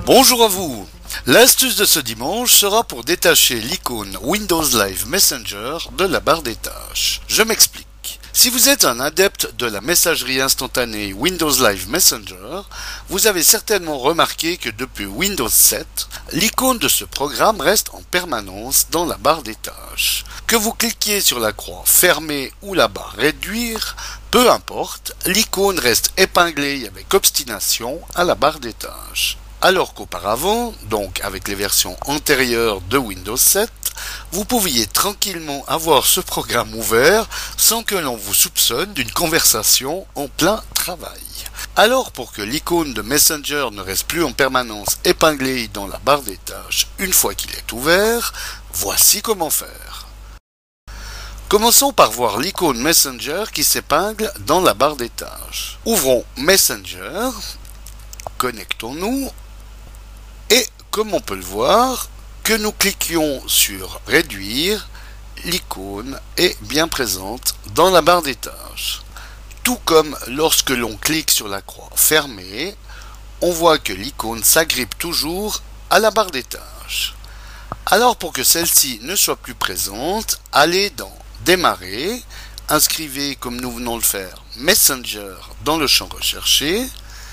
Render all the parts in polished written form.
Bonjour à vous. L'astuce de ce dimanche sera pour détacher l'icône Windows Live Messenger de la barre des tâches. Je m'explique. Si vous êtes un adepte de la messagerie instantanée Windows Live Messenger, vous avez certainement remarqué que depuis Windows 7, l'icône de ce programme reste en permanence dans la barre des tâches. Que vous cliquiez sur la croix fermer ou la barre réduire, peu importe, l'icône reste épinglée avec obstination à la barre des tâches. Alors qu'auparavant, donc avec les versions antérieures de Windows 7, vous pouviez tranquillement avoir ce programme ouvert sans que l'on vous soupçonne d'une conversation en plein travail. Alors pour que l'icône de Messenger ne reste plus en permanence épinglée dans la barre des tâches une fois qu'il est ouvert, voici comment faire. Commençons par voir l'icône Messenger qui s'épingle dans la barre des tâches. Ouvrons Messenger, connectons-nous et comme on peut le voir, que nous cliquions sur réduire, l'icône est bien présente dans la barre des tâches. Tout comme lorsque l'on clique sur la croix fermée, on voit que l'icône s'agrippe toujours à la barre des tâches. Alors pour que celle-ci ne soit plus présente, allez dans Démarrer, inscrivez comme nous venons de le faire Messenger dans le champ recherché,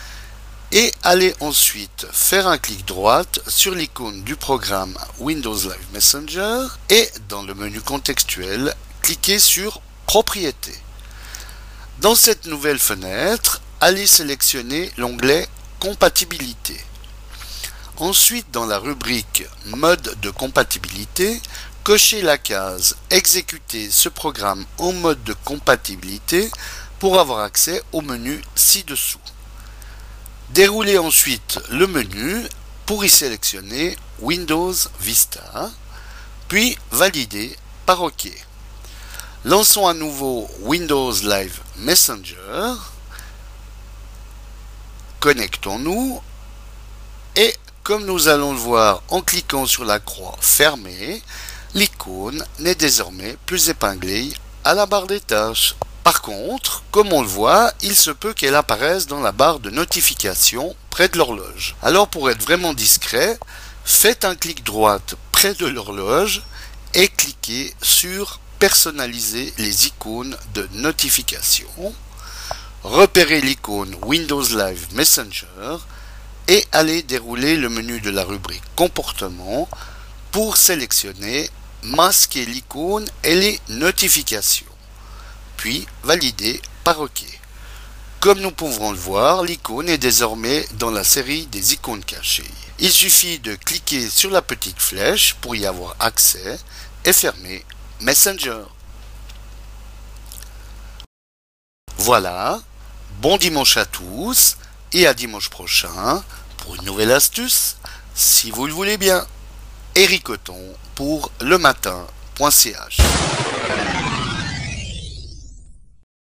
et allez ensuite faire un clic droit sur l'icône du programme Windows Live Messenger et dans le menu contextuel, cliquez sur Propriétés. Dans cette nouvelle fenêtre, allez sélectionner l'onglet Compatibilité. Ensuite, dans la rubrique Mode de compatibilité, cochez la case Exécuter ce programme en mode de compatibilité pour avoir accès au menu ci-dessous. Déroulez ensuite le menu pour y sélectionner Windows Vista, puis valider par OK. Lançons à nouveau Windows Live Messenger, connectons-nous et comme nous allons le voir en cliquant sur la croix fermée, l'icône n'est désormais plus épinglée à la barre des tâches. Par contre, comme on le voit, il se peut qu'elle apparaisse dans la barre de notification près de l'horloge. Alors pour être vraiment discret, faites un clic droit près de l'horloge et cliquez sur Personnaliser les icônes de notification. Repérez l'icône Windows Live Messenger et allez dérouler le menu de la rubrique Comportement pour sélectionner Masquer l'icône et les notifications. Puis valider par OK. Comme nous pouvons le voir, l'icône est désormais dans la série des icônes cachées. Il suffit de cliquer sur la petite flèche pour y avoir accès et fermer Messenger. Voilà, bon dimanche à tous et à dimanche prochain pour une nouvelle astuce, si vous le voulez bien. Éric Coton pour lematin.ch.